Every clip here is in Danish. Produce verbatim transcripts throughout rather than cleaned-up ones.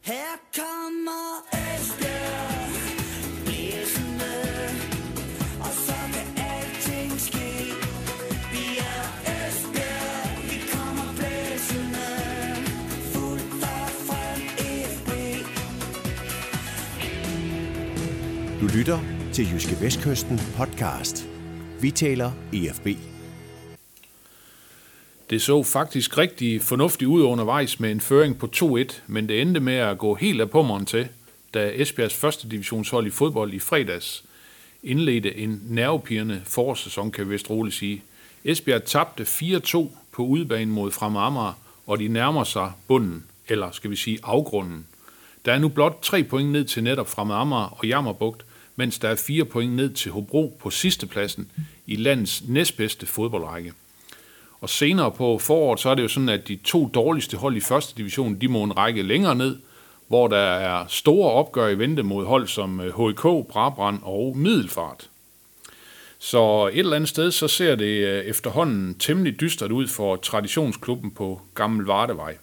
Her kommer Esbjerg blæsende, og så kan alting ske. Vi er Esbjerg, vi kommer blæsende, fuldt og frem F B. Du lytter til Jyske Vestkysten podcast. Vi taler E F B. Det så faktisk rigtig fornuftigt ud undervejs med en føring på to et, men det endte med at gå helt af pummeren til, da Esbjergs første divisionshold i fodbold i fredags indledte en nervepirrende forårssæson, kan vi vist roligt sige. Esbjerg tabte fire to på udebane mod Fremad Amager, og de nærmer sig bunden, eller skal vi sige afgrunden. Der er nu blot tre point ned til netop Fremad Amager og Jammerbugt, mens der er fire point ned til Hobro på sidstepladsen i landets næstbedste fodboldrække. Og senere på foråret, så er det jo sådan, at de to dårligste hold i første division, de må en række længere ned, hvor der er store opgør i vente mod hold som H I K, Brabrand og Middelfart. Så et eller andet sted, så ser det efterhånden temmelig dystert ud for traditionsklubben på Gammel Vardevej.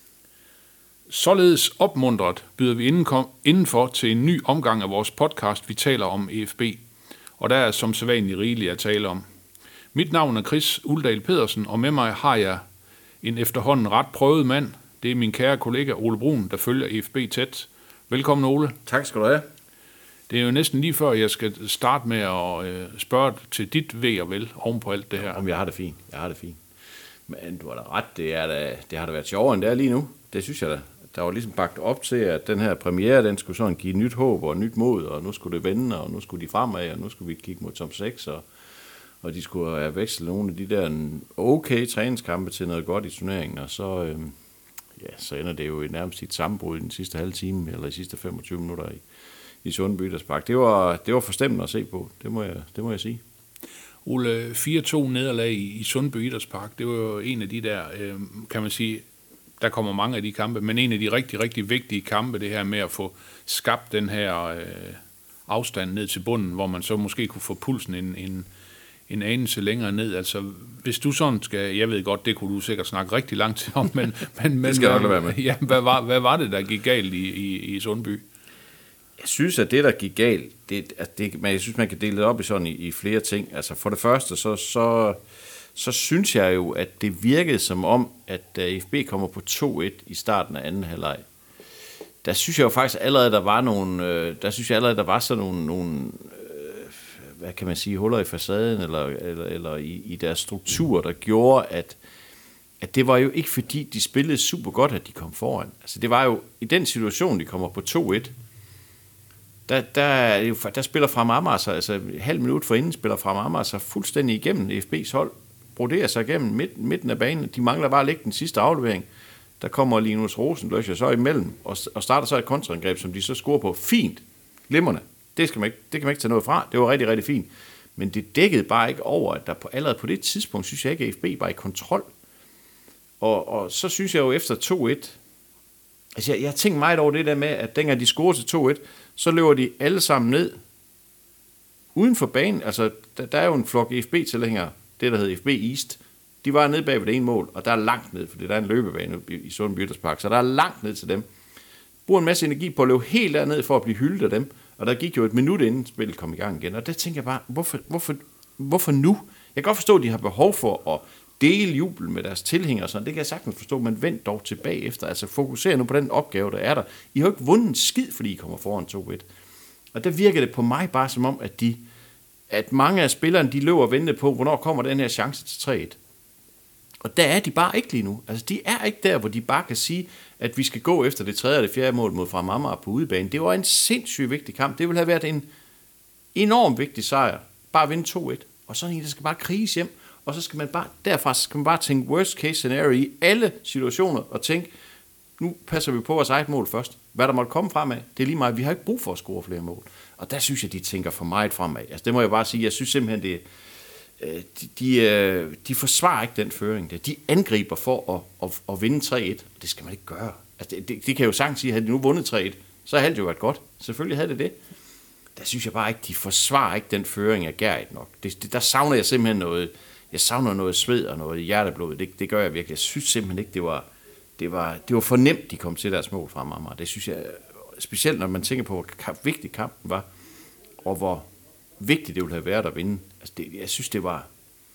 Således opmuntret byder vi indenfor til en ny omgang af vores podcast, vi taler om E F B. Og der er som sædvanligt rigeligt at tale om. Mit navn er Chris Uldal Pedersen, og med mig har jeg en efterhånden ret prøvet mand. Det er min kære kollega Ole Brun, der følger E F B tæt. Velkommen, Ole. Tak skal du have. Det er jo næsten lige før, jeg skal starte med at spørge til dit ved og vel oven på alt det her. Om jeg har det fint. Jeg har det fint. Men du har da ret. Det, er da, det har da været sjovere, end det er lige nu. Det synes jeg da. Der var ligesom bagt op til, at den her premiere, den skulle sådan give nyt håb og nyt mod, og nu skulle det vende, og nu skulle de fremad, og nu skulle vi kigge mod top seks, og og de skulle have vekslet nogle af de der okay træningskampe til noget godt i turneringen, og så, øh, ja, så ender det jo nærmest i et sammenbrud i den sidste halve time, eller i sidste femogtyve minutter i, i Sundby Idrætspark. Det var, det var forstemmende at se på, det må jeg, det må jeg sige. Ole, fire to nederlag i, i Sundby Idrætspark, det var jo en af de der, øh, kan man sige, der kommer mange af de kampe, men en af de rigtig, rigtig vigtige kampe, det her med at få skabt den her øh, afstand ned til bunden, hvor man så måske kunne få pulsen en, en en anelse længere ned. Altså, hvis du sådan skal, jeg ved godt, det kunne du sikkert snakke rigtig lang tid om, men, men, men det skal jeg være med. Ja, hvad, var, hvad var det, der gik galt i, i, i Sundby? Jeg synes, at det, der gik galt, det, at det, men jeg synes, man kan dele det op i sådan i, i flere ting. Altså, for det første, så, så, så synes jeg jo, at det virkede som om, at da F B kommer på to et i starten af anden halvleg, der synes jeg jo faktisk allerede, der var nogle, der synes jeg allerede, der var sådan nogle, nogle hvad kan man sige, huller i facaden, eller, eller, eller i, i deres struktur, der gjorde, at, at det var jo ikke fordi, de spillede super godt, at de kom foran. Altså det var jo, i den situation, de kommer på to et, der, der, der spiller Fremad Amager sig, altså halv minut forinden spiller Fremad Amager sig fuldstændig igennem F B's hold, broderer sig igennem midt, midten af banen, de mangler bare at lægge den sidste aflevering. Der kommer Linus Rosenløscher så imellem, og, og starter så et kontraangreb, som de så scorer på. Fint, glimrende. Det, skal man ikke, det kan man ikke tage noget fra. Det var rigtig, rigtig fint. Men det dækkede bare ikke over, at der på, allerede på det tidspunkt, synes jeg ikke, at F B var i kontrol. Og, og så synes jeg jo efter to et, altså jeg, jeg tænkte meget over det der med, at dengang de scorer til to et, så løber de alle sammen ned uden for banen. Altså der, der er jo en flok F B-tilhængere, det der hedder F B East. De var nede bag ved det ene mål, og der er langt ned, fordi der er en løbebane i, i Sundby Idrætspark, så der er langt ned til dem. Bruger en masse energi på at løbe helt derned for at blive hyldet af dem. Og der gik jo et minut inden spillet kom i gang igen. Og der tænker jeg bare, hvorfor, hvorfor, hvorfor nu? Jeg kan godt forstå, at de har behov for at dele jubel med deres tilhængere. Sådan. Det kan jeg sagtens forstå, men vent dog tilbage efter. Altså fokuser nu på den opgave, der er der. I har jo ikke vundet en skid, fordi I kommer foran to et. Og der virker det på mig bare som om, at, de, at mange af spillerne, de løber og venter på, hvornår kommer den her chance til tre et. Og der er de bare ikke lige nu. Altså, de er ikke der, hvor de bare kan sige, at vi skal gå efter det tredje og det fjerde mål mod Fremad Amager på udebane. Det var en sindssygt vigtig kamp. Det ville have været en enormt vigtig sejr. Bare vinde to et. Og sådan en, der skal bare kriges hjem. Og så skal man bare, derfra skal man bare tænke worst case scenario i alle situationer. Og tænke, nu passer vi på vores eget mål først. Hvad der måtte komme fremad, det er lige meget. Vi har ikke brug for at score flere mål. Og der synes jeg, de tænker for meget fremad. Altså, det må jeg bare sige. Jeg synes simpelthen, det De, de, de forsvarer ikke den føring der. De angriber for at, at, at vinde tre et, og det skal man ikke gøre. Altså, det, det, det kan jo sagtens sige, at havde de nu vundet tre et, så havde det jo været godt. Selvfølgelig havde det det. Der synes jeg bare ikke, de forsvarer ikke den føring af Gert nok. Det, det, der savner jeg simpelthen noget, jeg savner noget sved og noget hjerteblod. Det, det gør jeg virkelig. Jeg synes simpelthen ikke, det var, det var, det var for nemt, de kom til deres mål fra Amager. Det synes jeg, specielt når man tænker på, hvor vigtig kampen var, og hvor vigtigt det ville have været at vinde. Altså det, jeg synes, det var,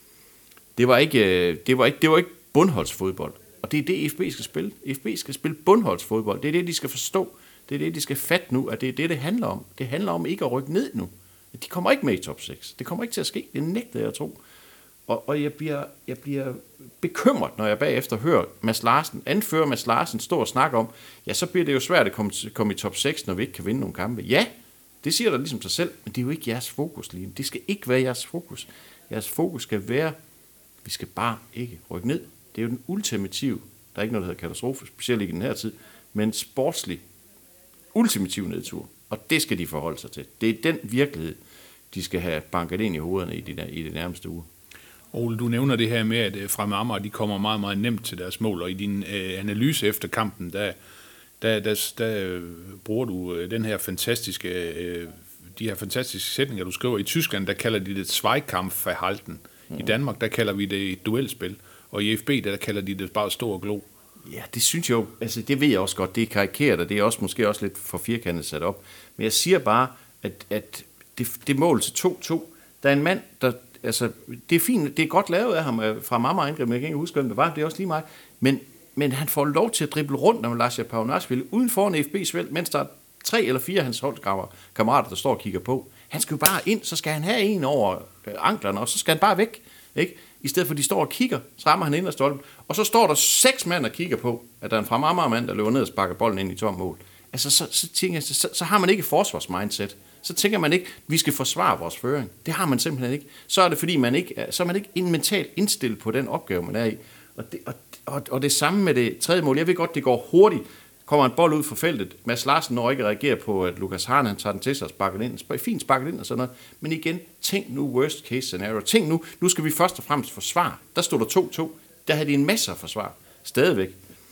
det var ikke, det var ikke, det var ikke bundholdsfodbold. Og det er det, F B skal spille. F B skal spille bundholdsfodbold. Det er det, de skal forstå. Det er det, de skal fatte nu, at det er det, det handler om. Det handler om ikke at rykke ned nu. De kommer ikke med i top seks. Det kommer ikke til at ske. Det nægter jeg at tro. Og, og jeg, bliver, jeg bliver bekymret, når jeg bagefter hører Mads Larsen, anfører Mads Larsen, stå og snakke om, ja, så bliver det jo svært at komme, komme i top seks, når vi ikke kan vinde nogle kampe. Ja, det siger der ligesom sig selv, men det er jo ikke jeres fokus lige. Det skal ikke være jeres fokus. Jeres fokus skal være, vi skal bare ikke rykke ned. Det er jo den ultimative, der er ikke noget, der hedder katastrofe, specielt ikke i den her tid, men sportslig ultimativ nedtur. Og det skal de forholde sig til. Det er den virkelighed, de skal have banket ind i hovederne i de, der, i de nærmeste uger. Ole, du nævner det her med, at fra Amager, de kommer meget, meget nemt til deres mål, og i din øh, analyse efter kampen, der, der, der, der bruger du den her fantastiske, øh, de her fantastiske sætninger, du skriver. I Tyskland, der kalder de det Zweikampfverhalten. Mm. I Danmark, der kalder vi det et duelspil. Og i F B, der kalder de det bare stor glo. Ja, det synes jeg jo, altså det ved jeg også godt, det er karikeret, og det er også måske også lidt for firkantet sat op. Men jeg siger bare, at, at det, det mål til to to, der er en mand, der, altså det er fint, det er godt lavet af ham fra Amager indgreb, men jeg kan ikke huske, hvem det var, det er også lige mig. Men, men han får lov til at drible rundt om Lars Paunarsvili uden foran F B's væld, mens der er tre eller fire af hans holdkammerater, der står og kigger på. Han skal jo bare ind, så skal han have en over anklerne, og så skal han bare væk, ikke? I stedet for, at de står og kigger, så rammer han ind ad stolpen, og så står der seks mand og kigger på, at der er en fra Amager-mand, der løber ned og sparker bolden ind i tom mål. Altså, så, så, tænker jeg, så, så har man ikke forsvarsmindset. Så tænker man ikke, vi skal forsvare vores føring. Det har man simpelthen ikke. Så er det, fordi man ikke, så er man ikke mentalt indstillet på den opgave, man er i. Og det, og, og, og det samme med det tredje mål. Jeg ved godt, det går hurtigt. Kommer en bold ud fra feltet. Mads Larsen når ikke at reagere på, at Lukas Hahn, han tager den til sig og sparker den ind. Fint sparket ind og sådan noget. Men igen, tænk nu worst case scenario. Tænk nu, nu skal vi først og fremmest forsvare. Der stod der to to. Der havde de en masse at forsvare. Stadigvæk.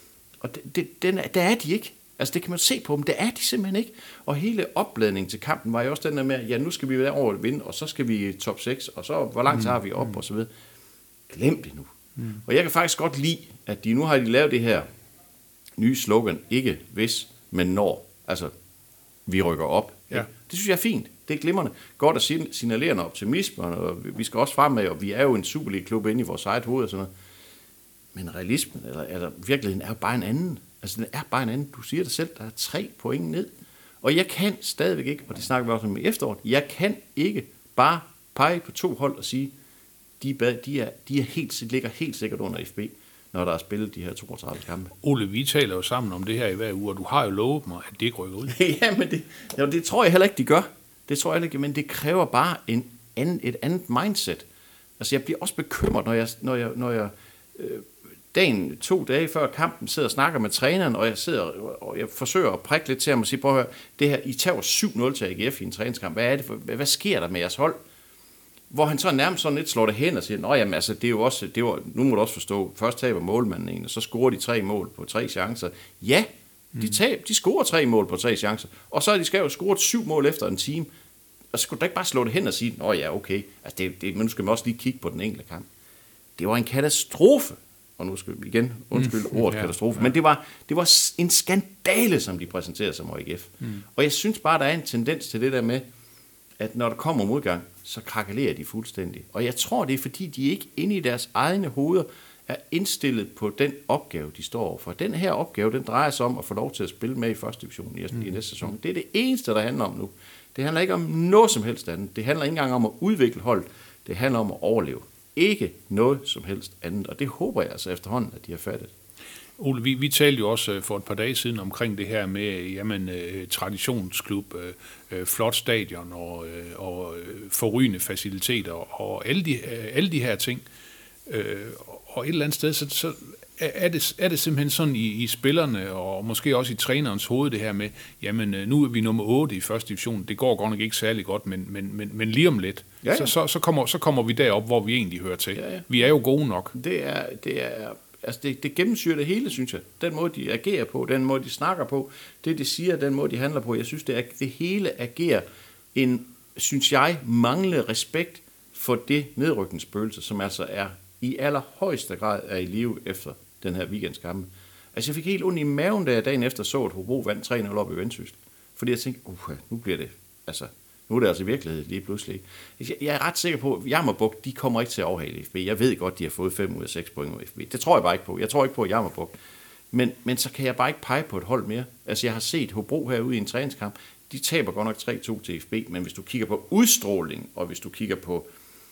Og det, det, den er, der er de ikke. Altså det kan man se på dem. Det er de simpelthen ikke. Og hele opladningen til kampen var jo også den der med, ja, nu skal vi være over at vinde, og så skal vi i top seks, og så hvor langt har vi op, mm. og så videre. Glem det nu. Mm. Og jeg kan faktisk godt lide, at de nu har de lavet det her nye slogan, ikke hvis, men når. Altså, vi rykker op. Ja. Det synes jeg er fint. Det er glimrende. Godt at signalere en optimisme, og vi skal også frem med, og vi er jo en Superliga-klub inde i vores eget hoved og sådan noget. Men realismen, eller, eller virkeligheden, er jo bare en anden. Altså, den er bare en anden. Du siger det selv, der er tre point ned. Og jeg kan stadigvæk ikke, og det snakker vi også om i efteråret, jeg kan ikke bare pege på to hold og sige, de, de, er, de er helt, ligger helt sikkert under F B, når der er spillet de her toogtredive kampe. Ole, vi taler jo sammen om det her i hver uge, og du har jo lovet mig, at det ikke rykker ud. ja, men det, ja, det tror jeg heller ikke, de gør. Det tror jeg heller ikke, men det kræver bare en anden, et andet mindset. Altså, jeg bliver også bekymret, når jeg, når jeg, når jeg øh, dagen, to dage før kampen, sidder og snakker med træneren, og jeg sidder og jeg forsøger at prikke lidt til ham og sige, prøv at høre, det her, I tager syv nul til A G F i en træningskamp. Hvad er det for, hvad, hvad sker der med jeres hold? Hvor han så nærmest sådan lidt slår det hen og siger, nå jamen altså, det er jo også, det var, nu må du også forstå, først taber målmanden en, og så scorer de tre mål på tre chancer. Ja, de, tab, de scorer tre mål på tre chancer, og så har de skal jo scoret syv mål efter en time, og så skulle du ikke bare slå det hen og sige, nå ja, okay, altså det, det, men nu skal man også lige kigge på den enkelte kamp. Det var en katastrofe, og nu skal vi igen undskylde mm, ordet ja, katastrofe, ja. Men det var, det var en skandale, som de præsenterede som A G F. Mm. Og jeg synes bare, der er en tendens til det der med, at når der kommer modgang, så krakelerer de fuldstændig. Og jeg tror, det er fordi, de ikke inde i deres egne hoveder er indstillet på den opgave, de står overfor. Den her opgave, den drejer sig om at få lov til at spille med i første division i, mm. i næste sæson. Det er det eneste, der handler om nu. Det handler ikke om noget som helst andet. Det handler ikke engang om at udvikle holdet. Det handler om at overleve. Ikke noget som helst andet. Og det håber jeg altså efterhånden, at de har fattet. Ole, vi, vi talte jo også for et par dage siden omkring det her med jamen, øh, traditionsklub, øh, flot stadion og, øh, og forrygende faciliteter og alle de, øh, alle de her ting. Øh, og et eller andet sted, så, så er, det, er det simpelthen sådan i, i spillerne og måske også i trænerens hoved det her med, jamen nu er vi nummer otte i første division. Det går godt nok ikke særlig godt, men, men, men, men lige om lidt, ja, ja. Så, så, så, kommer, så kommer vi derop, hvor vi egentlig hører til. Ja, ja. Vi er jo gode nok. Det er... Det er Altså det, det gennemsyrer det hele, synes jeg. Den måde, de agerer på, den måde, de snakker på, det, de siger, den måde, de handler på. Jeg synes, det, er, det hele agerer en, synes jeg, manglende respekt for det nedrykningsspøgelse, som altså er i allerhøjeste grad er i live efter den her weekendskampe. Altså, jeg fik helt ondt i maven, da jeg dagen efter så, at Hobro vandt tre nul op i Vendsyssel. Fordi jeg tænkte, uh, nu bliver det, altså, nu er det altså virkelighed lige pludselig. Jeg, jeg er ret sikker på, at Jammerbugt, de kommer ikke til at overhale F B. Jeg ved godt, de har fået fem ud af seks point mod F B. Det tror jeg bare ikke på. Jeg tror ikke på, at Jammerbugt. Men, men så kan jeg bare ikke pege på et hold mere. Altså, jeg har set Hobro herude i en træningskamp. De taber godt nok tre to til F B, men hvis du kigger på udstråling, og hvis du kigger på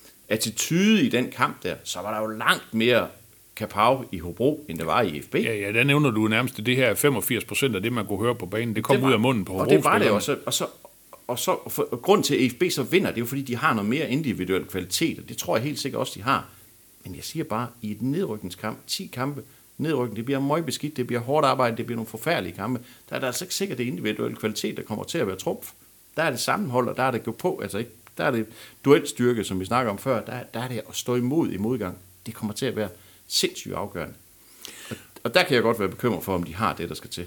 attitude i den kamp der, så var der jo langt mere kapav i Hobro, end det var i F B. Ja, ja, der nævner du nærmest, det her femogfirs procent af det, man kunne høre på banen, det kom det var, ud af munden på Hobro. Og det var det også. Og så, og så og for, og grund til, at F B så vinder, det er jo fordi, de har noget mere individuel kvalitet, og det tror jeg helt sikkert også, de har. Men jeg siger bare, i et nedrykningskamp, ti kampe, nedrykning, det bliver møgbeskidt, det bliver hårdt arbejde, det bliver nogle forfærdelige kampe. Der er der altså ikke sikkert det individuelle kvalitet, der kommer til at være trumf. Der er det sammenhold, og der er det gå på, altså ikke, der er det duelstyrke, som vi snakker om før, der, der er det at stå imod i modgang. Det kommer til at være sindssygt afgørende. Og, og der kan jeg godt være bekymret for, om de har det, der skal til.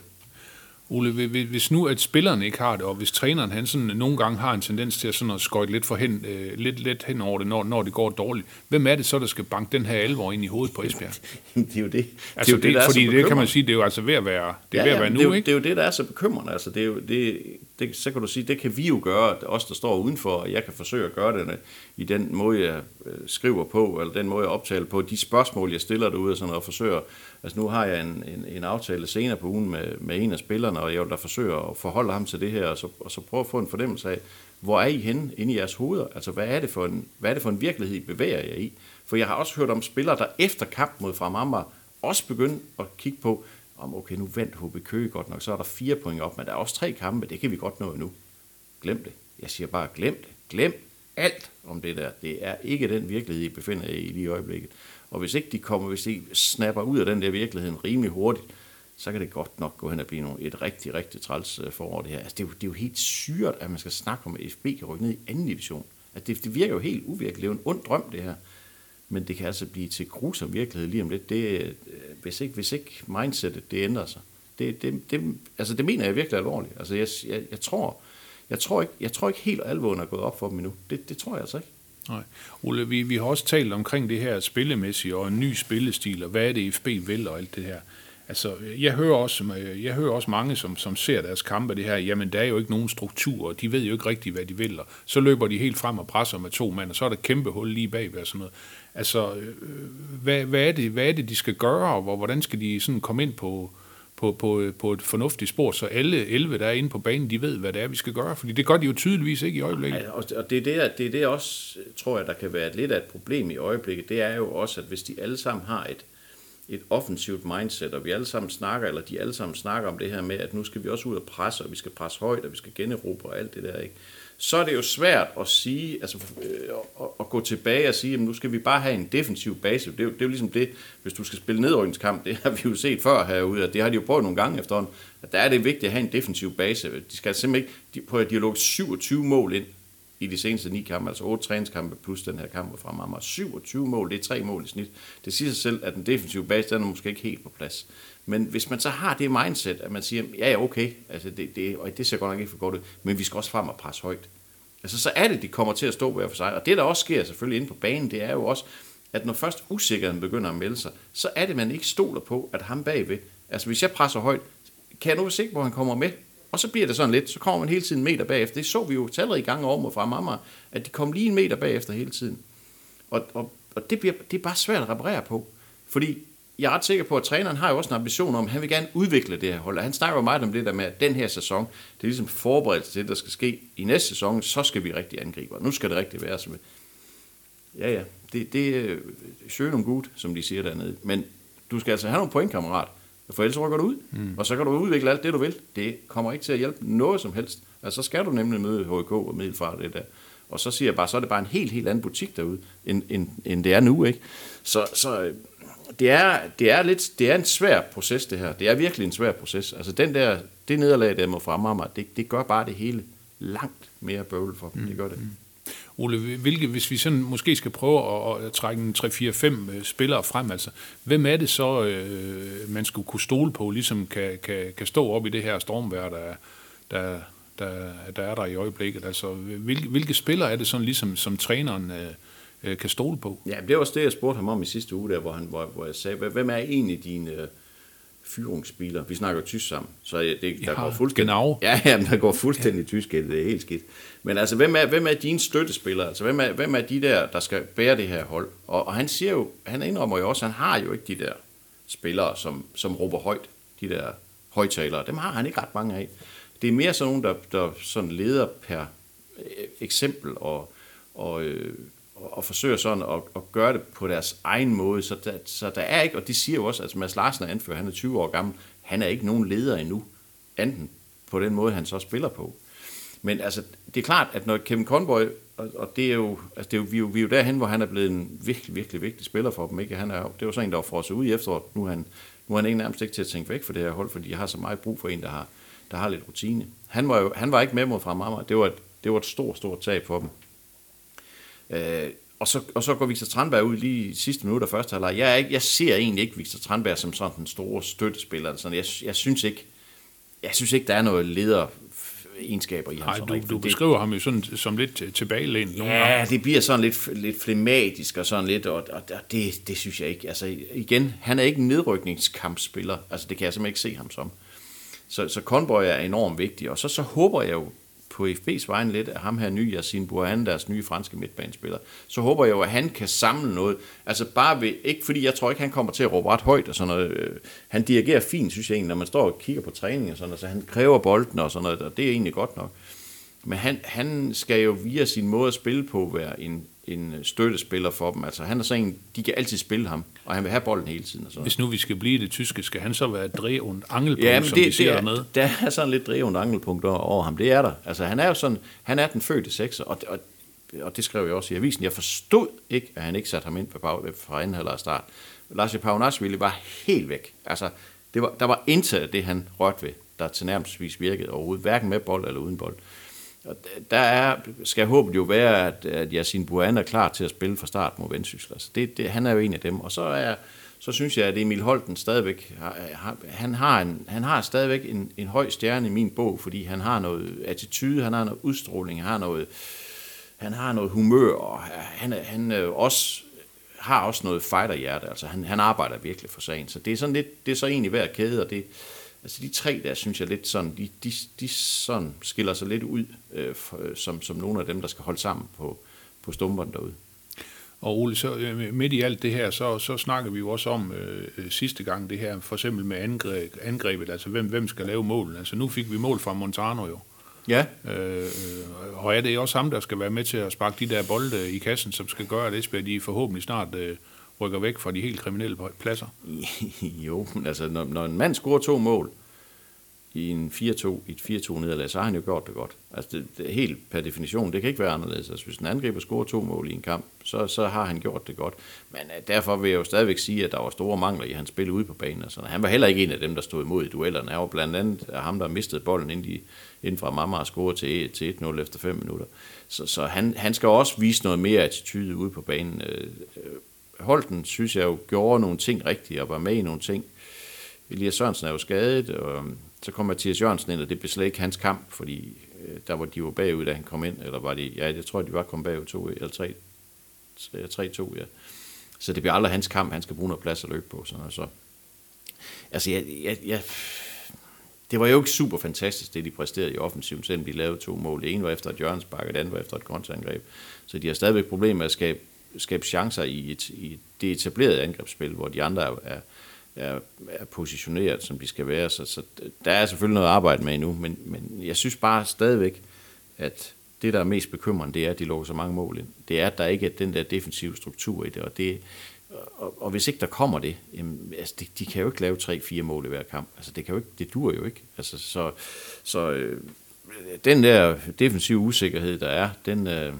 Ole, hvis nu at spilleren ikke har det, og hvis træneren han sådan nogle gange har en tendens til at, sådan at skøjte lidt, for hen, øh, lidt, lidt hen over det, når, når det går dårligt, hvem er det så, der skal banke den her alvor ind i hovedet på Esbjerg? Det er jo det. Altså det, er jo det, det fordi det kan man sige, det er jo altså ved at være, det er ja, ved at være nu, det er jo, ikke? Det er jo det, der er så bekymrende. Altså, det er jo, det, det, så kan du sige, det kan vi jo gøre, os der står udenfor, og jeg kan forsøge at gøre det i den måde, jeg skriver på, eller den måde, jeg optaler på, de spørgsmål, jeg stiller derude, og, sådan, og forsøger. Altså nu har jeg en, en, en aftale senere på ugen med, med en af spillerne, og jeg vil da forsøge at forholde ham til det her, og så, og så prøve at få en fornemmelse af, hvor er I henne inde i jeres hoveder? Altså hvad er det for en, hvad er det for en virkelighed, I bevæger jer i? For jeg har også hørt om spillere, der efter kamp mod Fremad Amager også begyndte at kigge på, om okay, nu vandt H B Køge godt nok, så er der fire point op, men der er også tre kampe, det kan vi godt nå endnu. Glem det. Jeg siger bare, glem det. Glem alt om det der. Det er ikke den virkelighed, I befinder jer i lige i øjeblikket. Og hvis ikke de kommer, hvis de snapper ud af den der virkelighed rimelig hurtigt, så kan det godt nok gå hen og blive et rigtig, rigtig træls forår det her. Altså, det, er jo, det er jo helt syret, at man skal snakke om, at F B kan rykke ned i anden division. Altså, det, det virker jo helt uvirkeligt. Det er jo en ond drøm, det her. Men det kan altså blive til grusom virkelighed lige om lidt. Det, hvis, ikke, hvis ikke mindsetet, det ændrer sig. Det, det, det, altså, det mener jeg virkelig alvorligt. Altså, jeg, jeg, jeg, tror, jeg, tror ikke, jeg tror ikke helt alvoren er gået op for dem endnu. Det, det tror jeg altså ikke. Nej. Ole, vi, vi har også talt omkring det her spillemæssige og en ny spillestil, og hvad er det F B vil og alt det her. Altså, jeg hører også, jeg hører også mange, som, som ser deres kampe det her, jamen der er jo ikke nogen struktur, og de ved jo ikke rigtigt, hvad de vil, og så løber de helt frem og presser med to mand, og så er der et kæmpe hul lige bagved og sådan noget. Altså, hvad, hvad, er det, hvad er det, de skal gøre, og hvordan skal de sådan komme ind på, på, på, på et fornuftigt spor, så alle elleve, der er inde på banen, de ved, hvad det er, vi skal gøre, fordi det gør de jo tydeligvis ikke i øjeblikket. Ja, og det er det, det er det også, tror jeg, der kan være lidt af et problem i øjeblikket, det er jo også, at hvis de alle sammen har et et offensivt mindset, og vi alle sammen snakker, eller de alle sammen snakker om det her med, at nu skal vi også ud og presse, og vi skal presse højt, og vi skal generobre og alt det der, ikke? Så er det jo svært at sige, altså øh, at, at gå tilbage og sige, at nu skal vi bare have en defensiv base. Det er jo, det er jo ligesom det, hvis du skal spille nedrykningskamp, det har vi jo set før herude, at det har de jo prøvet nogle gange efterhånden, at der er det vigtigt at have en defensiv base. De skal simpelthen ikke, de, på at de har lukket syvogtyve mål ind i de seneste ni kampe, altså otte træningskampe plus den her kamp fra Amager. syvogtyve mål, det er tre mål i snit. Det siger sig selv, at den defensive base, den er måske ikke helt på plads. Men hvis man så har det mindset, at man siger, ja, ja, okay, altså det, det, og det ser godt nok ikke for godt ud, men vi skal også frem og presse højt. Altså så er det, de kommer til at stå hver for sig. Og det, der også sker selvfølgelig inde på banen, det er jo også, at når først usikkerheden begynder at melde sig, så er det, man ikke stoler på, at ham bagved, altså hvis jeg presser højt, kan jeg nu være sikker på, at han kommer med? Og så bliver det sådan lidt, så kommer man hele tiden en meter bagefter. Det så vi jo talrige gange over og fra Amager, at de kom lige en meter bagefter hele tiden. Og, og, og det, bliver, det er bare svært at reparere på. Fordi jeg er ret sikker på, at træneren har jo også en ambition om, at han vil gerne udvikle det her hold. Og han snakker jo meget om det der med, at den her sæson, det er ligesom forberedelse til, at der skal ske i næste sæson, så skal vi rigtig angribe. Og nu skal det rigtig være som ja, ja, det, det er schön und gut, som de siger dernede. Men du skal altså have nogle point, kammerat. For ellers rykker du ud, mm. og så kan du udvikle alt det, du vil. Det kommer ikke til at hjælpe noget som helst. Altså, så skal du nemlig møde H K og Middelfart det der. Og så siger jeg bare, så er det bare en helt, helt anden butik derude, end, end, end det er nu, ikke? Så, så det, er, det, er lidt, det er en svær proces, det her. Det er virkelig en svær proces. Altså, den der, det nederlag, der må fremme mig, det, det gør bare det hele langt mere bøvlet for dem. Mm. Det gør det. Mm. Ole, hvilke, hvis vi sådan måske skal prøve at, at trække en tre fire fem spillere frem, altså, hvem er det så, øh, man skulle kunne stole på, ligesom kan, kan, kan stå op i det her stormvejr, der, der, der, der er der i øjeblikket? Altså, hvilke, hvilke spillere er det sådan, ligesom, som træneren øh, kan stole på? Ja, det var også det, jeg spurgte ham om i sidste uge, der, hvor, han, hvor, hvor jeg sagde, hvem er egentlig dine Führungsspieler. Vi snakker jo tysk sammen, så det, der ja, går fuldstændig... Genau. Ja, ja, der går fuldstændig tysk, det er helt skidt. Men altså, hvem er, hvem er dine støttespillere? Altså, hvem er, hvem er de der, der skal bære det her hold? Og, og han siger jo, han indrømmer jo også, han har jo ikke de der spillere, som, som råber højt, de der højtalere. Dem har han ikke ret mange af. Det er mere sådan nogen, der, der sådan leder per eksempel og, og, øh, og forsøger sådan at, at gøre det på deres egen måde. Så der, så der er ikke, og de siger jo også, at altså Mads Larsen er anfører, han er tyve år gammel, han er ikke nogen leder endnu, anden på den måde, han så spiller på. Men altså, det er klart, at når Kevin Conboy, og, og det er jo, altså det er jo, vi, er jo, vi er jo derhen, hvor han er blevet en virkelig, virkelig vigtig spiller for dem, ikke? Han er, det var sådan en, der var frosset ud i efteråret. Nu er han, nu er han ikke nærmest ikke til at tænke væk for det her hold, fordi de har så meget brug for en, der har, der har lidt rutine. Han var jo, han var ikke med mod fra Amager. Det var et, det var et stort, stort tab for dem. Øh, og, så, og så går Victor Tranberg ud lige i sidste minutter første halvleg. Jeg, er ikke, jeg ser egentlig ikke Victor Tranberg som sådan den store støttespiller. Sådan, jeg, jeg, synes ikke, jeg synes ikke, der er noget lederegenskaber i ham. Nej, du, du beskriver ham jo sådan som lidt tilbagelænt. Ja, det bliver sådan lidt, lidt flematisk og sådan lidt, og, og det, det synes jeg ikke. Altså igen, han er ikke en nedrykningskampspiller. Altså det kan jeg simpelthen ikke se ham som. Så, så Conboy er enormt vigtig, og så, så håber jeg jo på F B's vejen lidt, at ham her nye, Yassine Bouhan, deres nye franske midtbanespiller, så håber jeg jo, at han kan samle noget. Altså bare ved, ikke fordi jeg tror ikke, han kommer til at råbe ret højt og sådan noget. Han dirigerer fint, synes jeg egentlig, når man står og kigger på træning og sådan noget, så han kræver bolden og sådan noget, og det er egentlig godt nok. Men han, han skal jo via sin måde at spille på være en, en støttespiller for dem. Altså han er sådan en, de kan altid spille ham, og han vil have bolden hele tiden. Og sådan. Hvis nu vi skal blive det tyske, skal han så være et drev und angelpunkt, ja, som det, vi siger det er, dernede? Der er sådan lidt drev und angelpunkt over ham. Det er der. Altså han er jo sådan, han er den fødte sekser, og, og, og det skrev jeg også i avisen. Jeg forstod ikke, at han ikke satte ham ind fra anden halvleg start. Lars Paunaschwili var helt væk. Altså det var, der var intet af det, han rørte ved, der tilnærmelsesvis virkede overhovedet, hverken med bold eller uden bold. Og der er, skal håbet jo være, at, at Yassine Bouhan er klar til at spille fra start mod Vendsyssel. Altså det, det, han er jo en af dem. Og så, er, så synes jeg, at Emil Holten stadigvæk har, har, han har, en, han har stadigvæk en, en høj stjerne i min bog, fordi han har noget attitude, han har noget udstråling, han har noget, han har noget humør, og han, han også, har også noget fighterhjerte. Altså han, han arbejder virkelig for sagen. Så det er sådan lidt, det er så egentlig hver kæde, og det altså de tre der, synes jeg lidt sådan, de, de, de sådan skiller sig lidt ud, øh, for, som, som nogle af dem, der skal holde sammen på, på stumperne derude. Og Ole, så, midt i alt det her, så, så snakker vi jo også om øh, sidste gang det her, for eksempel med angreb, angrebet, altså hvem, hvem skal lave målen. Altså nu fik vi mål fra Montano jo. Ja. Øh, og er det også ham, der skal være med til at sparke de der bolde i kassen, som skal gøre, at Esbjerg de forhåbentlig snart øh, rykker væk fra de helt kriminelle pladser? Jo, altså når, når en mand scorer to mål i en fire to, i et fire to nederlag, så har han jo gjort det godt. Altså det, det, helt per definition, det kan ikke være anderledes. Altså hvis en angriber scorer to mål i en kamp, så, så har han gjort det godt. Men uh, derfor vil jeg jo stadigvæk sige, at der var store mangler i hans spil ude på banen. Altså, han var heller ikke en af dem, der stod imod i duellerne. Han var blandt andet ham, der mistede bolden inden, de, inden fra Mamma og scorede til, til et nul efter fem minutter. Så, så han, han skal også vise noget mere attitude ude på banen. Uh, Holten, synes jeg jo, gjorde nogle ting rigtigt og var med i nogle ting. Elias Sørensen er jo skadet, og så kom Mathias Jørgensen ind, og det blev slet ikke hans kamp, fordi øh, der var de var bagud, da han kom ind, eller var de, ja, jeg tror, de var kommet bagud to, eller tre, tre to, ja. Så det bliver aldrig hans kamp, han skal bruge noget plads at løbe på, sådan og så. Altså, jeg, jeg, jeg, det var jo ikke super fantastisk, det de præsterede i offensiven, selvom de lavede to mål. Det ene var efter et hjørnespark, og det andet var efter et kontraangreb. Så de har stadigvæk problemer med at skabe, skabe chancer i, et, i det etablerede angrebsspil, hvor de andre er, er Er, er positioneret, som de skal være. Så, så der er selvfølgelig noget arbejde med endnu, men, men jeg synes bare stadigvæk, at det, der er mest bekymrende, det er, at de lukker så mange mål ind. Det er, at der ikke er den der defensive struktur i det, og, det, og, og hvis ikke der kommer det, jamen, altså, de, de kan jo ikke lave tre-fire mål i hver kamp. Altså, det, kan jo ikke, det dur jo ikke. Altså, så så øh, den der defensive usikkerhed, der er, den... Øh,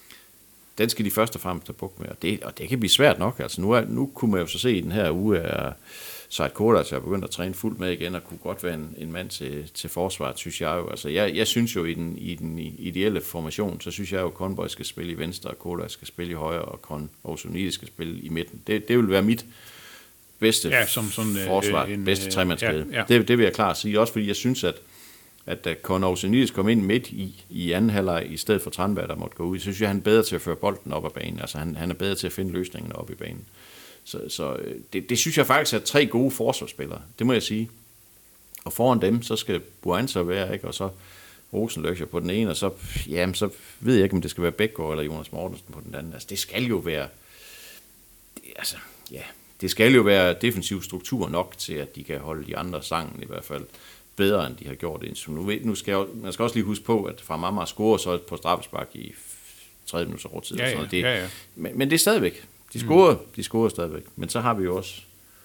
den skal de først og fremmest have brugt med, og det, og det kan blive svært nok. Altså nu, er, nu kunne man jo så se i den her uge, at Seid Kodac er begyndt at træne fuldt med igen, og kunne godt være en, en mand til, til forsvaret, synes jeg jo. Altså jeg, jeg synes jo, i den, i den ideelle formation, så synes jeg jo, at Conboy skal spille i venstre, og Kodac skal spille i højre, og Kon Osunidis skal spille i midten. Det, det vil være mit bedste ja, som sådan, forsvar, en, bedste tremandskæde. Ja, ja. det, det vil jeg klart sige, også fordi jeg synes, at at da Kon Osunidis kom ind midt i, i anden halvleg i stedet for Tranberg, der måtte gå ud, så synes jeg, han er bedre til at føre bolden op ad banen. Altså han, han er bedre til at finde løsningen op i banen. Så, så det, det synes jeg faktisk er tre gode forsvarsspillere, det må jeg sige. Og foran dem, så skal Buan så være, ikke? Og så Rosenløcher på den ene, og så, jamen, så ved jeg ikke, om det skal være Bækgaard eller Jonas Mortensen på den anden. Altså, det skal jo være, det, altså, ja, det skal jo være defensiv struktur nok til, at de kan holde de andre sangen i hvert fald bedre, end de har gjort indtil nu. Nu skal jeg, man skal også lige huske på, at fra Mamma scorer så på straffespark i tredje minutters overtid. Ja, ja, det, ja, ja. Men, men det er stadigvæk. De scorer, mm. de scorer stadigvæk. Men så har vi jo også,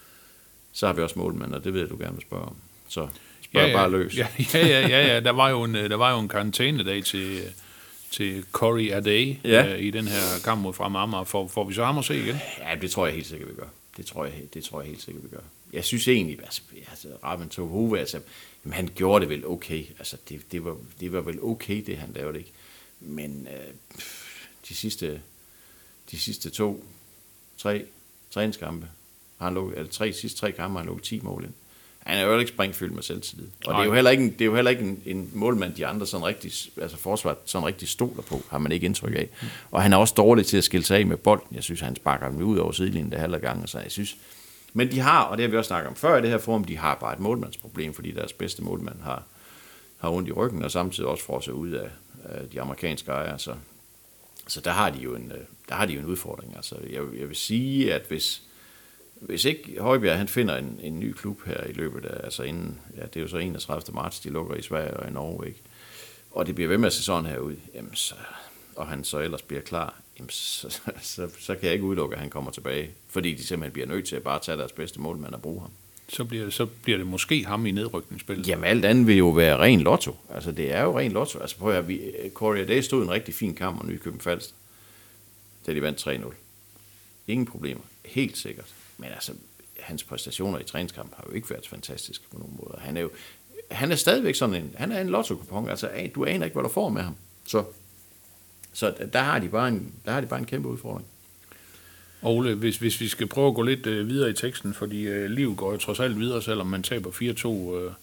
så har vi også målmænd, og det ved jeg, du gerne vil spørge om. Så spørg ja, ja. bare løs. Ja, ja, ja, ja, ja. Der var jo en, der var jo en karantænedag til, til Corey Adey ja. øh, i den her kamp mod Fremad Amager. Får, får vi så ham at se igen? Ja, det tror jeg helt sikkert, vi gør. Det tror jeg, det tror jeg helt sikkert, vi gør. Jeg synes egentlig, altså, altså Raven Tohove, altså, jamen, han gjorde det vel okay. Altså, det, det, var, det var vel okay, det han lavede, ikke? Men øh, de sidste, de sidste to, tre træningskampe, har han lukket, eller tre, sidste tre kampe har han lukket ti mål ind. Han er jo ikke springfyldt med selvtillid. Og det er jo heller ikke, en, det er jo heller ikke en, en målmand, de andre sådan rigtig, altså forsvaret sådan rigtig stoler på, har man ikke indtryk af. Og han er også dårlig til at skille sig af med bolden. Jeg synes, han sparker dem ud over sidelinjen der halve gange, så jeg synes. Men de har, og det har vi også snakket om før i det her forum, de har bare et målmandsproblem, fordi deres bedste målmand har, har ondt i ryggen, og samtidig også får sig ud af, af de amerikanske ejere. Så, så der har de jo en, der har de jo en udfordring. Altså, jeg, jeg vil sige, at hvis Hvis ikke Højbjerg han finder en, en ny klub her i løbet af, altså inden, ja, det er jo så enogtredivte marts, de lukker i Sverige og i Norge, ikke? Og det bliver ved med at se sådan her ud, jamen så, og han så ellers bliver klar, jamen så, så, så, så kan jeg ikke udelukke, at han kommer tilbage, fordi de simpelthen bliver nødt til at bare tage deres bedste målmand og bruge ham. Så bliver, det, så bliver det måske ham i nedrykningsspillet. Jamen alt andet vil jo være ren lotto. Altså det er jo ren lotto. Altså prøv at vi Corey Adey stod en rigtig fin kamp og Nykøbing Falster, da de vandt tre nul. Ingen problemer, helt sikkert. Men altså, hans præstationer i træningskamp har jo ikke været fantastiske på nogen måde. Han er jo, han er stadigvæk sådan en, han er en lotto-kupon. Altså, du aner ikke, hvad du får med ham. Så, så der har de bare en, der har de bare en kæmpe udfordring. Ole, hvis, hvis vi skal prøve at gå lidt øh, videre i teksten, fordi øh, livet går jo trods alt videre, selvom man taber fire to øh,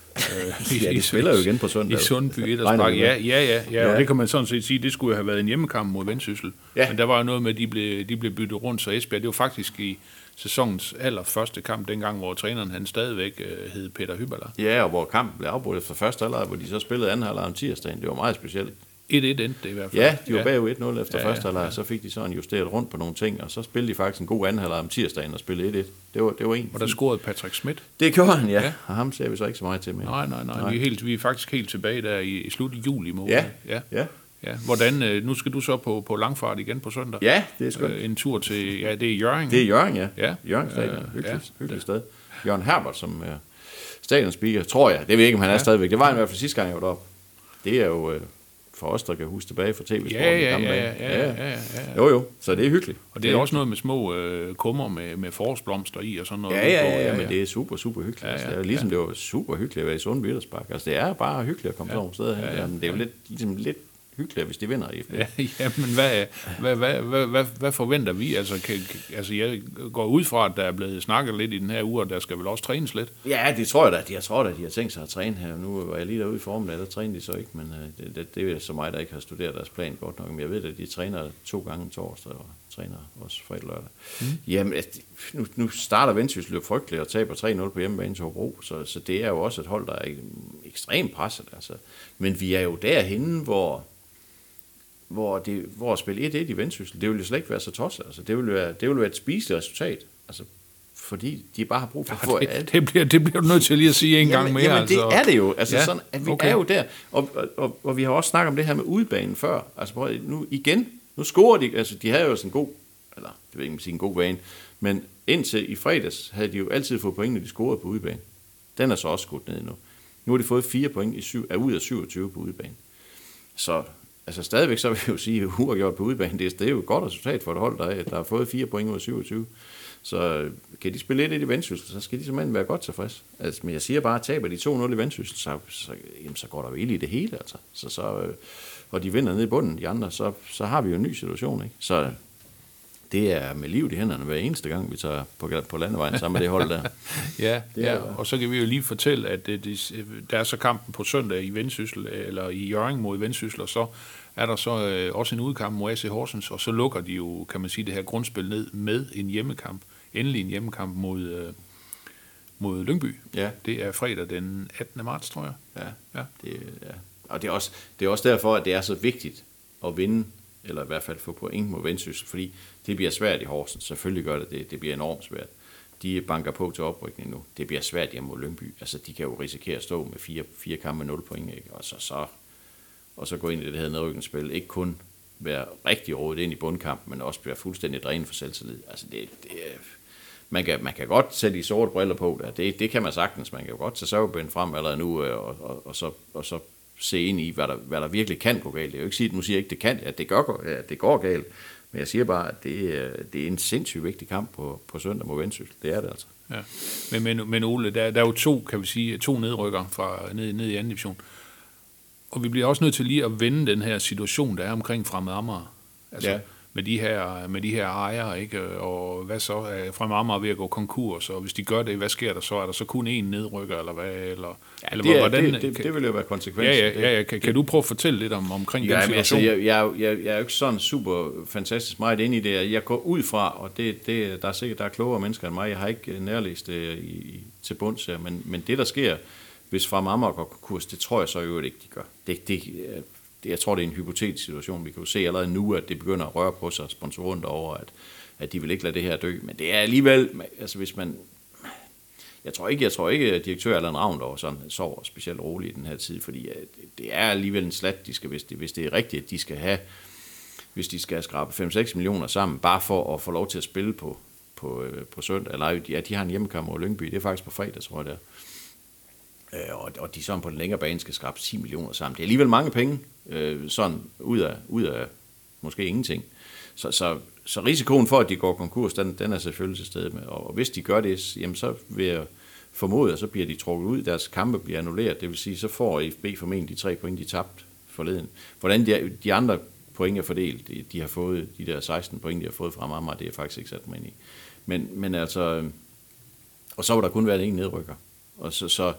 øh, ja, de spiller jo igen på søndag. I Sundby Idrætspark. Ja, ja, ja, ja, ja, og det kan man sådan set sige, det skulle have været en hjemmekamp mod Vendsyssel. Ja. Men der var jo noget med, at de blev, de blev byttet rundt, så Esbjerg, det var faktisk i sæsonens allerførste kamp, dengang, hvor træneren han stadigvæk øh, hed Peter Hyberler. Ja, og hvor kampen blev afbrudt efter første halvleg, hvor de så spillede anden halvleg om tirsdagen. Det var meget specielt. et et endte det i hvert fald. Ja, de var ja. bagud et nul efter ja, første halvleg, ja. så fik de sådan justeret rundt på nogle ting, og så spillede de faktisk en god anden halvleg om tirsdagen og spillede et et. Det var, det var en. Og der scorede Patrick Schmidt. Det gjorde han, ja. ja. Og ham ser vi så ikke så meget til med. Nej, nej, nej. nej. Vi, er helt, vi er faktisk helt tilbage der i, i slut juli måned. Ja, ja. ja. Ja, hvordan, nu skal du så på, på langfart igen på søndag. Ja, det er skønt. En tur til, ja, det er Hjørring. Det er Hjørring, ja. ja. Hjørring Stadion, øh, hyggeligt, ja. hyggeligt sted. Jørgen Herbert som uh, stadionspeaker, tror jeg. Det ved jeg ikke, om han er ja. stadigvæk. Det var han i hvert fald sidste gang, jeg var deroppe. Det er jo uh, for os, der kan huske tilbage fra tv-sporten. Ja, ja, ja, ja, ja, ja, ja. Jo, jo, så det er hyggeligt. Og det er også noget med små øh, kummer med, med forårsblomster i og sådan noget. Ja, ja, ja, ja, ja, men det er super, super hyggeligt. Ja, ja, altså, det er ligesom ja. det var super hyggeligt at være i Sundby Idrætspark. Altså, det er bare hyggeligt at komme ja. sådan nogle steder. Ja, ja, ja. Men det er jo lidt, ligesom lidt hyggeligt, hvis de vinder i. Ja, ja, men hvad, hvad, hvad, hvad, hvad, hvad forventer vi? Altså, kan, altså, jeg går ud fra, at der er blevet snakket lidt i den her uge, og der skal vel også trænes lidt? Ja, det tror jeg da. Jeg tror da, de har tænkt sig at træne her. Nu var jeg lige derude i formiddag, der træner de så ikke, men det, det, det er så mig, der ikke har studeret deres plan godt nok. Men jeg ved, at de træner to gange torsdag og træner også fredag lørdag. Mm. Jamen, nu, nu starter Vendsyssel jo frygteligt og taber tre nul på hjemmebane til Hobro, så, så det er jo også et hold, der er ekstremt presset. Altså. Men vi er jo derhenne, hvor hvor det hvor at spille et et i Vendsyssel, det vil jo slet ikke være så tosset. Altså, det vil være det vil være et spiseligt resultat. Altså, fordi de bare har brug for at få det, alt. Det bliver, det bliver du nødt til lige at sige en jamen, gang mere. Jamen, altså. det er det jo. Altså, ja, sådan, at vi okay. er jo der. Og, og, og, og vi har også snakket om det her med udebanen før. Altså, nu igen, nu scorer de, altså de havde jo sådan en god, eller det vil ikke sige en god vane, men indtil i fredags havde de jo altid fået point, når de scorede på udebane. Den er så også skudt ned nu. Nu har de fået fire point i syv, er ud af syvogtyve på udebane. Så altså stadigvæk så vil jeg jo sige, at uafgjort på udebane, det er jo et godt resultat for et hold, der, der har fået fire point ud af syvogtyve. Så kan de spille lidt i Vendsyssel, så skal de simpelthen være godt tilfreds. Altså, men jeg siger bare, at taber de to nul i Vendsyssel, så, så, jamen, så går der jo ild i det hele. Altså. Så, så, og de vinder ned i bunden, de andre, så, så har vi jo en ny situation. Ikke? Så det er med livet i hænderne hver eneste gang, vi tager på, på landevejen sammen med det hold der. ja, ja, og så kan vi jo lige fortælle, at det, det, der er så kampen på søndag i Vendsyssel, eller i Hjørring mod Vendsyssel, og så er der så øh, også en udkamp mod A C Horsens, og så lukker de jo, kan man sige, det her grundspil ned med en hjemmekamp endelig en hjemmekamp mod, øh, mod Lyngby. Ja. Det er fredag den attende marts, tror jeg. Ja, Ja. det, ja. Og det er, også, det er også derfor, at det er så vigtigt at vinde, eller i hvert fald få point mod Vendsyssel, fordi det bliver svært i Horsens. Selvfølgelig gør det det. Det bliver enormt svært. De banker på til oprykning nu. Det bliver svært hjemme mod Lyngby. Altså, de kan jo risikere at stå med fire, fire kampe med nul point, ikke? Og så, så, og så gå ind i det her nedrykningsspil. Ikke kun være rigtig rådet ind i bundkamp, men også blive fuldstændig drænet for selvtillid. Altså, det, det man, kan, man kan godt sætte de sorte briller på der. Det, det kan man sagtens. Man kan jo godt tage sørgebind frem allerede nu, og, og, og, så, og så se ind i, hvad der, hvad der virkelig kan gå galt. Jeg vil ikke sige, at nu siger jeg ikke, det kan, at det går, ja, det går galt. Men jeg siger bare, at det, det er en sindssygt vigtig kamp på, på søndag mod Vendsyssel. Det er det altså. Ja. Men, men, men Ole, der, der er jo to, kan vi sige, to nedrykker fra ned, ned i anden division. Og vi bliver også nødt til lige at vende den her situation, der er omkring Fremad Amager. Altså, Ja. med, de her, med de her ejere, ikke? Og hvad så? Er Fremad Amager ved at gå konkurs? Og hvis de gør det, hvad sker der så? Er der så kun én nedrykker, eller hvad? Eller, Ja, eller det, er, hvordan, det, det, kan, det vil jo være konsekvensen. ja, ja, ja, ja. Kan, kan du prøve at fortælle lidt om, omkring Ja, den men altså, situation? jeg, jeg, jeg, jeg er jo ikke sådan super fantastisk meget inde i det. Jeg går ud fra, og det, det, der er sikkert der er klogere mennesker end mig. Jeg har ikke nærlæst det i, til bunds her, men, men det, der sker, hvis Fremad Amager går konkurs, det tror jeg så jo ikke, de gør. Det, det, det, jeg tror, det er en hypotetisk situation. Vi kan jo se allerede nu, at det begynder at røre på sig, sponsorerne derovre, at, at de vil ikke lade det her dø. Men det er alligevel, altså hvis man... Jeg tror ikke, jeg tror ikke, at direktør Allan Ravn derovre sådan sover specielt roligt i den her tid, fordi det er alligevel en slat, de skal, hvis det, hvis det er rigtigt, at de skal have, hvis de skal skrabe fem seks millioner sammen, bare for at få lov til at spille på, på, på søndag, eller ja, de har en hjemmekamp mod Lyngby, det er faktisk på fredag, tror jeg det er. Og, og de sådan på den længere bane skal skrabe ti millioner sammen. Det er alligevel mange penge, øh, sådan ud af, ud af måske ingenting. Så, så, så risikoen for, at de går konkurs, den, den er selvfølgelig til stede med. Og hvis de gør det, jamen så vil jeg formode, at så bliver de trukket ud, deres kampe bliver annulleret. Det vil sige, så får F B formentlig de tre point, de tabte forleden. Hvordan de, de andre point er fordelt, de, de har fået, de der seksten point, de har fået fra Amager, det er faktisk ikke sat mig ind i. Men, men altså, og så var der kun været en nedrykker. Og så, så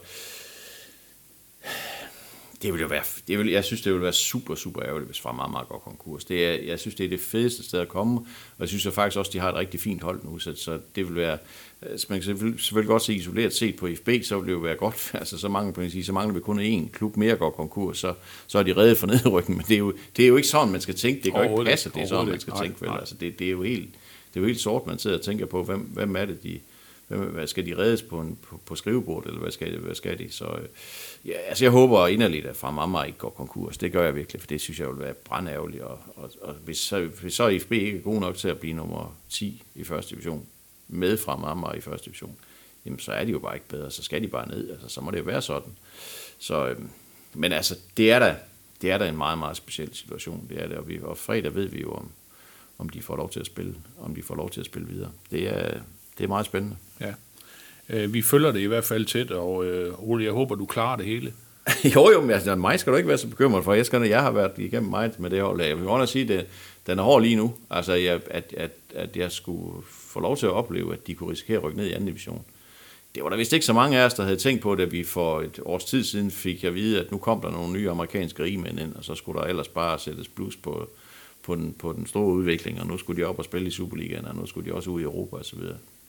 det vil jo være, det vil, jeg synes, det vil være super, super ærgerligt, hvis Fremad Amager går konkurs. Det er, jeg synes, det er det fedeste sted at komme, og jeg synes jeg faktisk også, de har et rigtig fint hold nu, så, så det vil være, man kan selvfølgelig, selvfølgelig godt se isoleret set på F B, så vil det jo være godt, altså så mangler, man sige, så mangler vi kun én klub mere går konkurs, så, så er de reddet for nedrykning, men det er, jo, det er jo ikke sådan, man skal tænke, det kan jo ikke passe, det er sådan, man skal nej, tænke, vel? nej. Altså det, det er jo helt, det er jo helt sort, man sidder og tænker på, hvem, hvem er det, de hvad skal de reddes på, en, på, på skrivebordet, eller hvad skal, hvad skal de? Så, ja, altså jeg håber inderligt, at Fremad Amager ikke går konkurs. Det gør jeg virkelig, for det synes jeg vil være brandærgerligt. Og, og, og hvis, så, hvis så F B ikke er god nok til at blive nummer ti i første division, med Fremad Amager i første division, jamen så er de jo bare ikke bedre, så skal de bare ned. Altså, så må det jo være sådan. Så, øhm, men altså, det er da det er da en meget, meget speciel situation. Det er det, og, vi, og fredag ved vi jo, om, om de får lov til at spille, om de får lov til at spille videre. Det er Det er meget spændende. Ja. Øh, vi følger det i hvert fald tæt, og øh, Ole, jeg håber, du klarer det hele. jo, jo, men altså, mig skal du ikke være så bekymret for. Jeg, skal, jeg har været igennem meget med det hold. Jeg vil godt sige, at den er hård lige nu. Altså, jeg, at, at, at jeg skulle få lov til at opleve, at de kunne risikere at rykke ned i anden division. Det var der vist ikke så mange af os, der havde tænkt på, da vi for et års tid siden fik at vide, at nu kom der nogle nye amerikanske rigmænd ind, og så skulle der ellers bare sættes plus på, på, den, på den store udvikling, og nu skulle de op og spille i Superligaen, og nu skulle de også ud i Europa osv.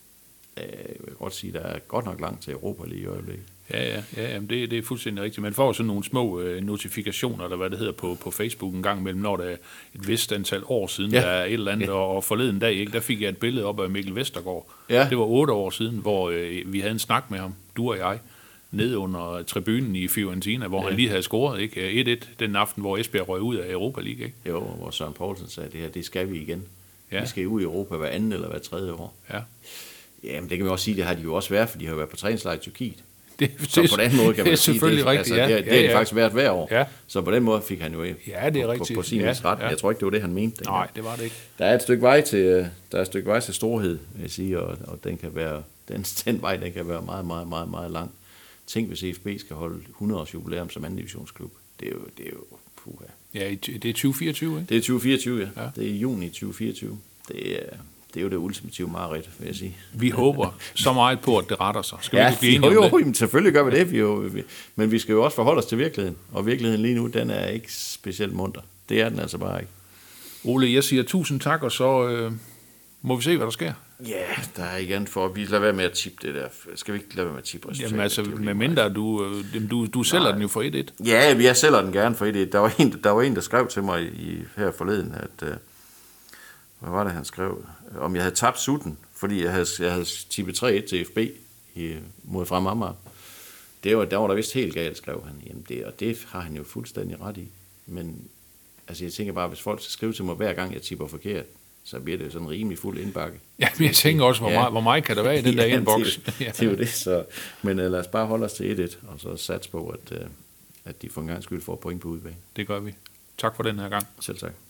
Jeg vil godt sige, at der er godt nok langt til Europa lige i øjeblikket. Ja, ja, ja jamen det, det er fuldstændig rigtigt. Man får sådan nogle små øh, notifikationer, eller hvad det hedder, på, på Facebook en gang imellem, når der er et vist antal år siden, ja. Der er et eller andet, ja. og forleden dag, ikke, der fik jeg et billede op af Mikkel Vestergaard. Ja. Det var otte år siden, hvor øh, vi havde en snak med ham, du og jeg, nede under tribunen i Fiorentina, hvor ja. Han lige havde scoret, ikke, et et den aften, hvor Esbjerg røg ud af Europa League, ikke? Jo, hvor Søren Poulsen sagde, det her, det skal vi igen. Ja. Vi skal ud i Europa hver anden eller hver tredje år. Ja. Jamen, det kan vi også sige, det har de jo også været, for de har jo været på træningslejr i Tyrkiet. Det, så på den måde kan man sige, det, det, altså, ja, det, det ja, har ja. de faktisk været hver år. Ja. Så på den måde fik han jo ja, det er på, rigtigt. på, på sin ja, ret. ja. Jeg tror ikke, det var det, han mente. Nej, det var det ikke. Der er et stykke vej til, der er et stykke vej til storhed, vil jeg sige, og, og den, kan være, den, den vej den kan være meget, meget, meget, meget lang. Tænk, hvis F B skal holde hundrede års jubilæum som anden divisionsklub. Det er jo, det er jo puha. Ja, det er tyve fireogtyve, ikke? Det er tyve fireogtyve, ja. ja. Det er i juni tyve fireogtyve. Det er... Det er jo det ultimative mareridt, vil jeg sige. Vi håber så meget på, at det retter sig. Skal vi ja, ikke blive enige jo, om jo, det? Jo, selvfølgelig gør vi det. Vi jo, men vi skal jo også forholde os til virkeligheden. Og virkeligheden lige nu, den er ikke specielt munter. Det er den altså bare ikke. Ole, jeg siger tusind tak, og så øh, må vi se, hvad der sker. Ja, der er igen for, vi lader være med at tippe det der. Skal vi ikke lade være med at tippe resultatet? Jamen altså, med mindre du, du, du sælger Nej. den jo for et et. Ja, jeg sælger den gerne for et et. Der var en, der, var en, der skrev til mig i, her forleden, at, uh, hvad var det, han skrev? Om jeg havde tabt sutten, fordi jeg havde, jeg havde tippet tre et til F B i, mod Frem Amager. Det var, der var der vist helt galt, skrev han. Jamen det, og det har han jo fuldstændig ret i. Men altså, jeg tænker bare, hvis folk skal skrive til mig hver gang, jeg tipper forkert, så bliver det sådan en rimelig fuld indbakke. Ja, men jeg tænker også, hvor, ja. meget, hvor meget kan der være i den der ja, inbox. Det, det er jo det, så... Men uh, lad os bare holde os til et et, og så satse på, at, uh, at de for en gang skyld får point på udebane. Det gør vi. Tak for den her gang. Selv tak.